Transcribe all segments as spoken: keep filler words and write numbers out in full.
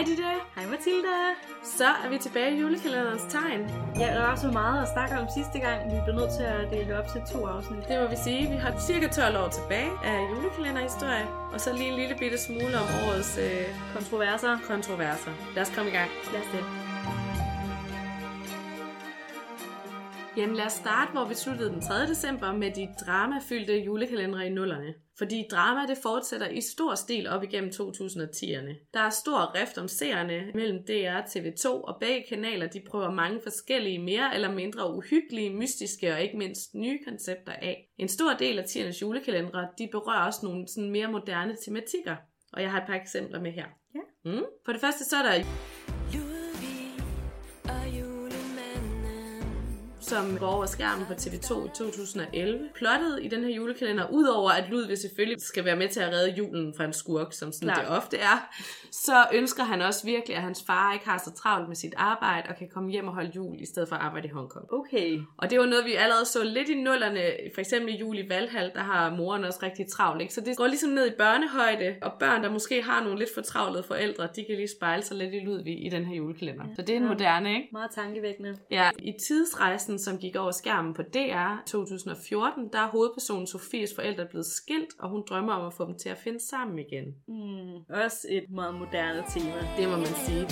Hej Ditte. Hej Mathilda. Så er vi tilbage i julekalenderens tegn. Ja, der var så meget at snakke om sidste gang. Vi blev nødt til at dele det op til to afsnit. Det må vi sige. Vi har cirka tolv år tilbage af julekalenderhistorie. Og så lige en lille bitte smule om årets øh, kontroverser. kontroverser. Lad os komme i gang. Lad os det. Jamen lad os starte, hvor vi sluttede den tredje december med de dramafyldte julekalendere i nullerne. Fordi drama det fortsætter i stor stil op igennem to tusind og tierne. Der er stor rift om seerne mellem D R og T V to, og begge kanaler de prøver mange forskellige mere eller mindre uhyggelige, mystiske og ikke mindst nye koncepter af. En stor del af tiernes julekalendere de berører også nogle sådan mere moderne tematikker. Og jeg har et par eksempler med her. Ja. Mm. For det første så er der som går over skærmen på T V to i to tusind og elleve. Plottet i den her julekalender, udover at Ludvig selvfølgelig skal være med til at redde julen fra en skurk, som sådan det ofte er, så ønsker han også virkelig, at hans far ikke har så travlt med sit arbejde og kan komme hjem og holde jul i stedet for at arbejde i Hongkong. Okay. Og det var noget, vi allerede så lidt i nullerne. For eksempel i jul i Valhall, der har moren også rigtig travlt, ikke? Så det går ligesom ned i børnehøjde, og børn, der måske har nogle lidt for travlede forældre, de kan lige spejle sig lidt i Ludvig i den her julekalender. Ja. Så det er en ja. moderne, ikke? Meget tankevækkende. Ja, i Tidsrejsen, som gik over skærmen på D R to tusind og fjorten, der er hovedpersonen Sofies forældre blevet skilt, og hun drømmer om at få dem til at finde sammen igen. Mm, også et meget moderne tema. Det må man sige.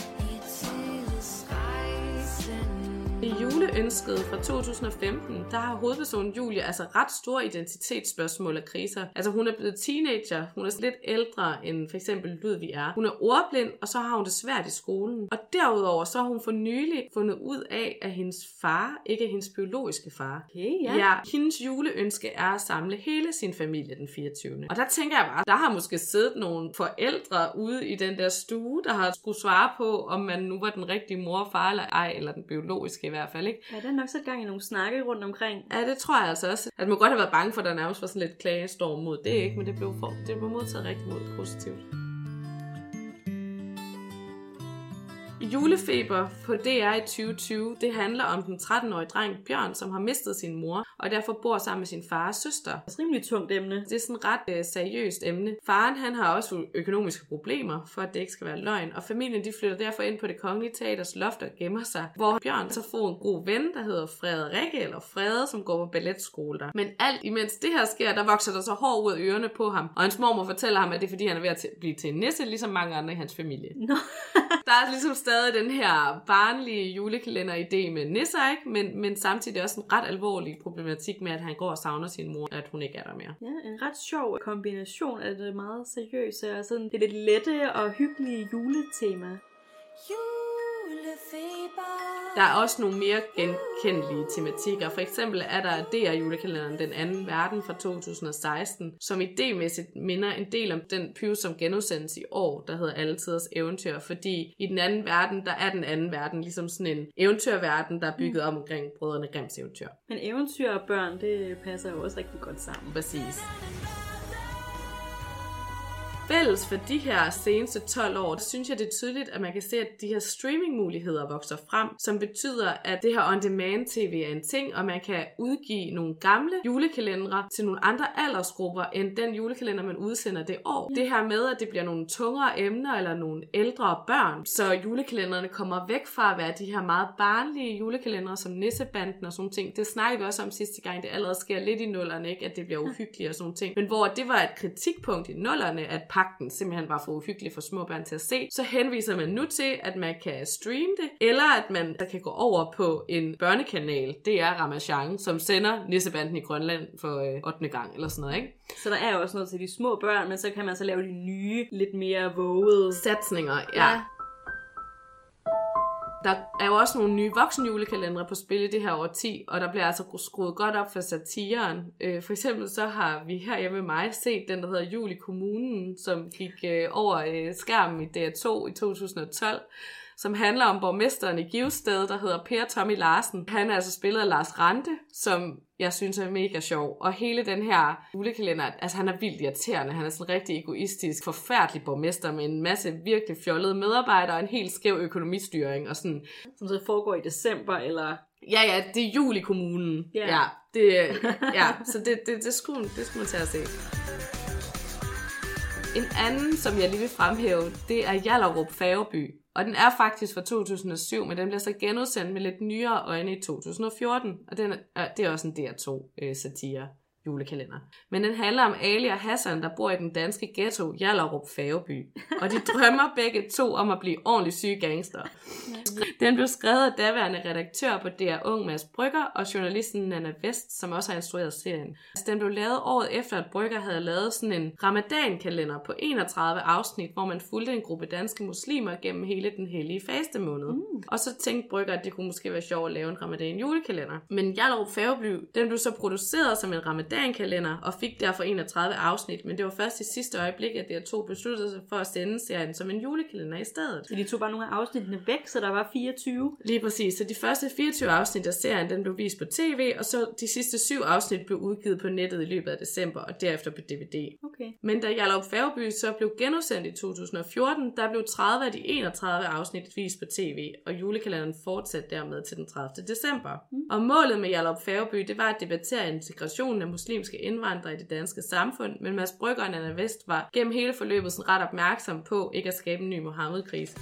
I juleønsket fra to tusind og femten, der har hovedpersonen Julie altså ret store identitetsspørgsmål og kriser. Altså hun er blevet teenager, hun er lidt ældre end for eksempel Ludvig er. Hun er ordblind, og så har hun det svært i skolen. Og derudover så har hun for nylig fundet ud af, at hendes far ikke er hendes biologiske far. Okay, ja. Ja, hendes juleønske er at samle hele sin familie den fireogtyvende Og der tænker jeg bare, der har måske siddet nogle forældre ude i den der stue, der har skulle svare på, om man nu var den rigtige mor og far eller ej, eller den biologiske i hvert fald, ikke? Ja, der er nok sat gang i nogle snakke rundt omkring. Ja, det tror jeg altså også. At man godt have været bange for, at der nærmest var sådan lidt klagestorm mod det, ikke? Men det blev, for, det blev modtaget rigtig mod positivt. Julefeber på D R i tyve tyve, det handler om den tretten-årige dreng Bjørn, som har mistet sin mor, og derfor bor sammen med sin far og søster. Det er et rimelig tungt emne. Det er sådan et ret øh, seriøst emne. Faren han har også økonomiske problemer, for at det ikke skal være løgn, og familien de flytter derfor ind på Det Kongelige Teaters loft og gemmer sig, hvor Bjørn så får en god ven, der hedder Frederikke, eller Frede, som går på balletskole der. Men alt imens det her sker, der vokser der så hår ud af ørerne på ham, og hans mormor fortæller ham, at det er fordi, han er ved at blive til en nisse, ligesom mange andre i hans familie. No. Der er ligesom stadig den her barnlige julekalender-idé med nisser, ikke? Men, men samtidig også en ret alvorlig problematik med, at han går og savner sin mor, at hun ikke er der mere. Ja, en ret sjov kombination af det meget seriøse og sådan det lidt lette og hyggelige juletema. Der er også nogle mere genkendelige tematikker. For eksempel er der D R-julekalenderen Den Anden Verden fra to tusind og seksten, som idémæssigt minder en del om den pyv, som genudsendes i år, der hedder Alle Tiders Eventyr. Fordi i Den Anden Verden, der er Den Anden Verden ligesom sådan en eventyrverden, der er bygget om omkring Brødrene Grimms eventyr. Men eventyr og børn, det passer jo også rigtig godt sammen. Præcis. Fælles for de her seneste tolv år, der synes jeg, det er tydeligt, at man kan se, at de her streamingmuligheder vokser frem, som betyder, at det her on-demand-tv er en ting, og man kan udgive nogle gamle julekalendere til nogle andre aldersgrupper, end den julekalender, man udsender det år. Ja. Det her med, at det bliver nogle tungere emner, eller nogle ældre børn, så julekalenderne kommer væk fra at være de her meget barnlige julekalendere, som Nissebanden og sådan ting. Det snakkede vi også om sidste gang, det allerede sker lidt i nullerne, ikke? At det bliver uhyggeligt og sådan ting. Men hvor det var et kritikpunkt i nullerne, at pagten simpelthen var for uhyggelig for små børn til at se, så henviser man nu til, at man kan streame det, eller at man der kan gå over på en børnekanal, det er Ramachan, som sender Nissebanden i Grønland for øh, ottende gang, eller sådan noget, ikke? Så der er jo også noget til de små børn, men så kan man så lave de nye, lidt mere vågede satsninger, ja. ja. Der er jo også nogle nye voksenjulekalendere på spil i det her årti, og der bliver altså skruet godt op for satiren. Øh, for eksempel så har vi her hjemme med mig set den, der hedder Jul i Kommunen, som gik øh, over øh, skærmen i D R to i to tusind og tolv, som handler om borgmesteren i Givsted, der hedder Per Tommy Larsen. Han er altså spillet af Lars Rante, som jeg synes er mega sjov. Og hele den her julekalender, altså han er vildt irriterende. Han er sådan en rigtig egoistisk, forfærdelig borgmester med en masse virkelig fjollede medarbejdere og en helt skæv økonomistyring. Og sådan. Som så foregår i december, eller... Ja, ja, det er Jul i Kommunen. Yeah. Ja, det, ja, så det, det, det, skulle, det skulle man tage at se. En anden, som jeg lige vil fremhæve, det er Hjallerup Færgeby. Og den er faktisk fra to tusind og syv, men den bliver så genudsendt med lidt nyere øjne i to tusind og fjorten. Og den er, det er også en D R to øh, satire julekalender. Men den handler om Ali og Hassan, der bor i den danske ghetto Hjallerup Færgeby. Og de drømmer begge to om at blive ordentligt syge gangster. Den blev skrevet af daværende redaktør på D R Ung Mads Brygger og journalisten Nana Vest, som også har instrueret serien. Den blev lavet året efter, at Brygger havde lavet sådan en ramadan-kalender på enogtredive afsnit, hvor man fulgte en gruppe danske muslimer gennem hele den hellige fastemåned. Mm. Og så tænkte Brygger, at det kunne måske være sjovt at lave en ramadan-julekalender. Men Hjallerup Færgeby, den blev så produceret som en ramadan-kalender og fik derfor enogtredive afsnit, men det var først i sidste øjeblik, at D R to besluttede sig for at sende serien som en julekalender i stedet. Så de tog bare nogle af afsnittene væk, så der var fireogtyve? Lige præcis. Så de første fireogtyve afsnit af serien, den blev vist på tv, og så de sidste syv afsnit blev udgivet på nettet i løbet af december, og derefter på D V D. Okay. Men da Hjallerup Færgeby så blev genudsendt i to tusind og fjorten, der blev tredive af de enogtredive afsnit vist på tv, og julekalenderen fortsatte dermed til den tredivte december. Mm. Og målet med Hjallerup Færgeby, det var at debattere integrationen af muslimske indvandrere i det danske samfund, men Mads Brygger og Nana Vest var gennem hele forløbet sådan ret opmærksom på ikke at skabe en ny Mohammed-krise.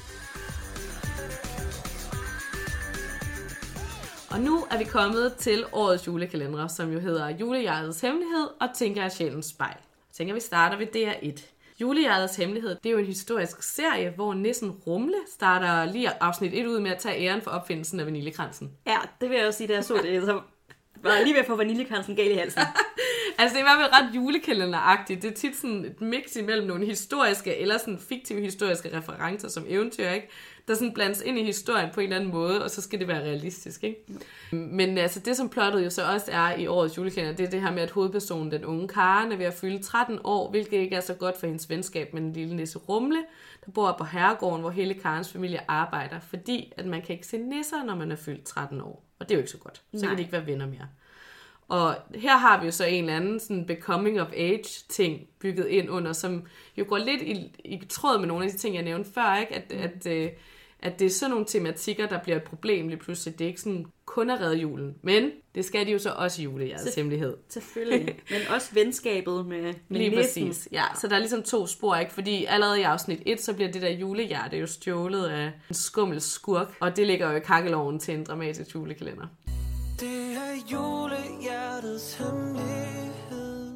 Og nu er vi kommet til årets julekalender, som jo hedder Julehjertets Hemmelighed og Tinka og Sjælens Spejl. Jeg tænker, vi starter ved D R et. Julehjertets Hemmelighed, det er jo en historisk serie, hvor nissen Rumle starter lige afsnit et ud med at tage æren for opfindelsen af vaniljekransen. Ja, det vil jeg også sige, da jeg så det. Så var jeg lige ved at få vaniljekransen galt i halsen. Altså det er i hvert fald ret julekalenderagtigt. Det er tit sådan et mix imellem nogle historiske eller sådan fiktive historiske referencer som eventyr, ikke? Der sådan blandes ind i historien på en eller anden måde, og så skal det være realistisk, ikke? Men altså det som plottet jo så også er i årets julekalender, det er det her med, at hovedpersonen, den unge Karen, er ved at fylde tretten år, hvilket ikke er så godt for hendes venskab med den lille nisse Rumle, der bor på herregården, hvor hele Karens familie arbejder, fordi at man kan ikke se nisser, når man er fyldt tretten år. Og det er jo ikke så godt. Så Nej. Kan de ikke være venner mere. Og her har vi jo så en eller anden sådan becoming of age ting bygget ind under, som jo går lidt i, i tråd med nogle af de ting, jeg nævnte før, ikke? At, mm. at, at, at det er sådan nogle tematikker, der bliver et problem lige pludselig. Det er ikke sådan kun at redde julen, men det skal de jo så også i Julehjertets Hemmelighed. Selvfølgelig, men også venskabet med, med lige præcis, ja. Så der er ligesom to spor, ikke? Fordi allerede i afsnit et, så bliver det der julehjerte jo stjålet af en skummel skurk, og det ligger jo i kakkeloven til en dramatisk julekalender. Det er julehjertets hemmelighed.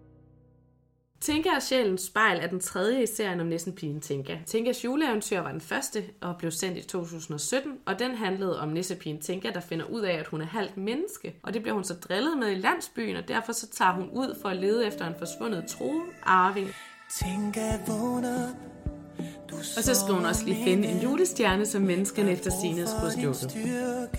Tinka og Sjælens Spejl er den tredje i serien om nissepigen Tinka. Tinkas juleeventyr var den første og blev sendt i to tusind og sytten, og den handlede om nissepigen Tinka, der finder ud af, at hun er halvt menneske. Og det bliver hun så drillet med i landsbyen, og derfor så tager hun ud for at lede efter en forsvundet tronearving. Tinka vågner. Og så skal hun også lige finde en julestjerne, som menneskene efter sigende skulle stjålet.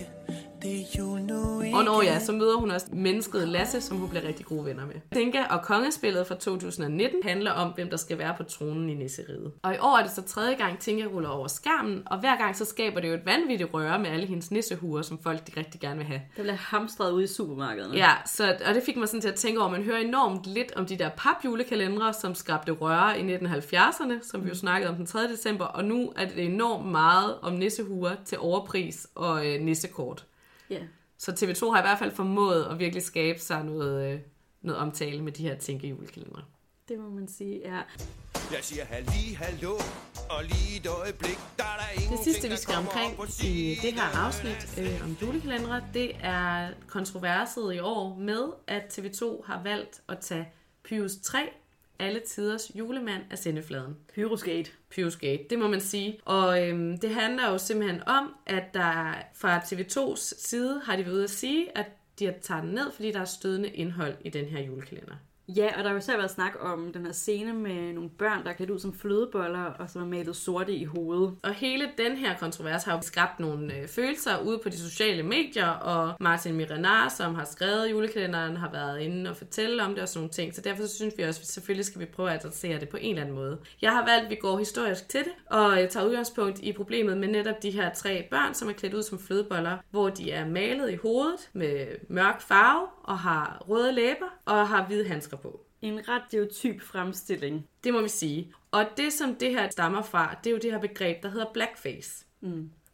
Og når ja, så møder hun også mennesket Lasse, som hun bliver rigtig gode venner med. Tinka og kongespillet fra to tusind og nitten handler om, hvem der skal være på tronen i nisseriget. Og i år er det så tredje gang, Tinka ruller over skærmen, og hver gang så skaber det jo et vanvittigt røre med alle hendes nissehuer, som folk de rigtig gerne vil have. Det bliver hamstret ude i supermarkederne. Ja, så, og det fik mig sådan til at tænke over, at man hører enormt lidt om de der papjulekalendere, som skabte røre i nitten halvfjerdserne, som vi jo snakkede om den tredje december, og nu er det enormt meget om nissehuer til overpris og øh, nissekort. Yeah. Så T V to har i hvert fald formået at virkelig skabe sig noget, øh, noget omtale med de her Tinka julekalendere. Det må man sige, ja. Jeg siger halli, hallo, og lige et øjeblik, der er der ingen. Det sidste, vi skal omkring i det her afsnit øh, om julekalendere, det er kontroverset i år med, at T V to har valgt at tage Pyrus tre, alle tiders julemand, af sendefladen. Pyrusgate. Pyrusgate, det må man sige. Og øhm, det handler jo simpelthen om, at der fra T V tos side har de været ude at sige, at de tager den ned, fordi der er stødende indhold i den her julekalender. Ja, og der har jo så været snak om den her scene med nogle børn, der er klædt ud som flødeboller, og som er malet sorte i hovedet. Og hele den her kontrovers har jo skabt nogle øh, følelser ude på de sociale medier, og Martin Miranar, som har skrevet julekalenderen, har været inde og fortælle om det og sådan nogle ting. Så derfor så synes vi også, at selvfølgelig skal vi prøve at adressere det på en eller anden måde. Jeg har valgt, at vi går historisk til det, og jeg tager udgangspunkt i problemet med netop de her tre børn, som er klædt ud som flødeboller, hvor de er malet i hovedet med mørk farve, og har røde læber, og har hvide handsker på. En ret stereotyp fremstilling. Det må vi sige. Og det, som det her stammer fra, det er jo det her begreb, der hedder blackface. Mm.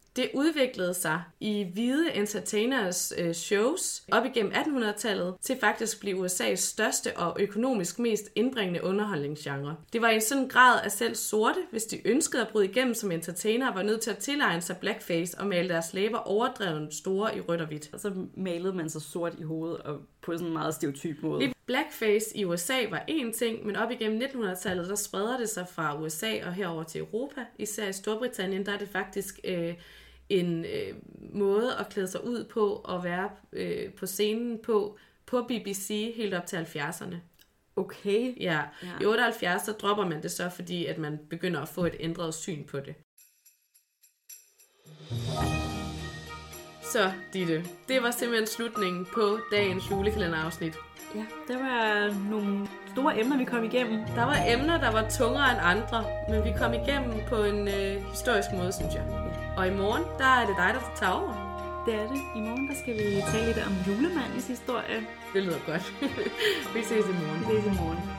Det udviklede sig i hvide entertainers øh, shows op igennem attenhundredetallet til faktisk at blive U S A's største og økonomisk mest indbringende underholdningsgenre. Det var i en sådan grad, at selv sorte, hvis de ønskede at bryde igennem som entertainer, var nødt til at tilegne sig blackface og male deres læber overdrevet store i rødt og hvidt. Og så malede man sig sort i hovedet og på sådan en meget stereotyp måde. Blackface i U S A var én ting, men op igennem nittenhundredetallet, der spreder det sig fra U S A og herover til Europa. Især i Storbritannien, der er det faktisk øh, en øh, måde at klæde sig ud på og være øh, på scenen på, på B B C helt op til halvfjerdserne. Okay. Ja, ja. I otteoghalvfjerds så dropper man det så, fordi at man begynder at få et ændret syn på det. Så, Ditte, det var simpelthen slutningen på dagens julekalenderafsnit. Ja, der var nogle store emner, vi kom igennem. Der var emner, der var tungere end andre, men vi kom igennem på en øh, historisk måde, synes jeg. Ja. Og i morgen, der er det dig, der tager over. Det er det. I morgen, der skal vi tale lidt om julemandens historie. Det lyder godt. Vi ses i morgen. Vi ses i morgen.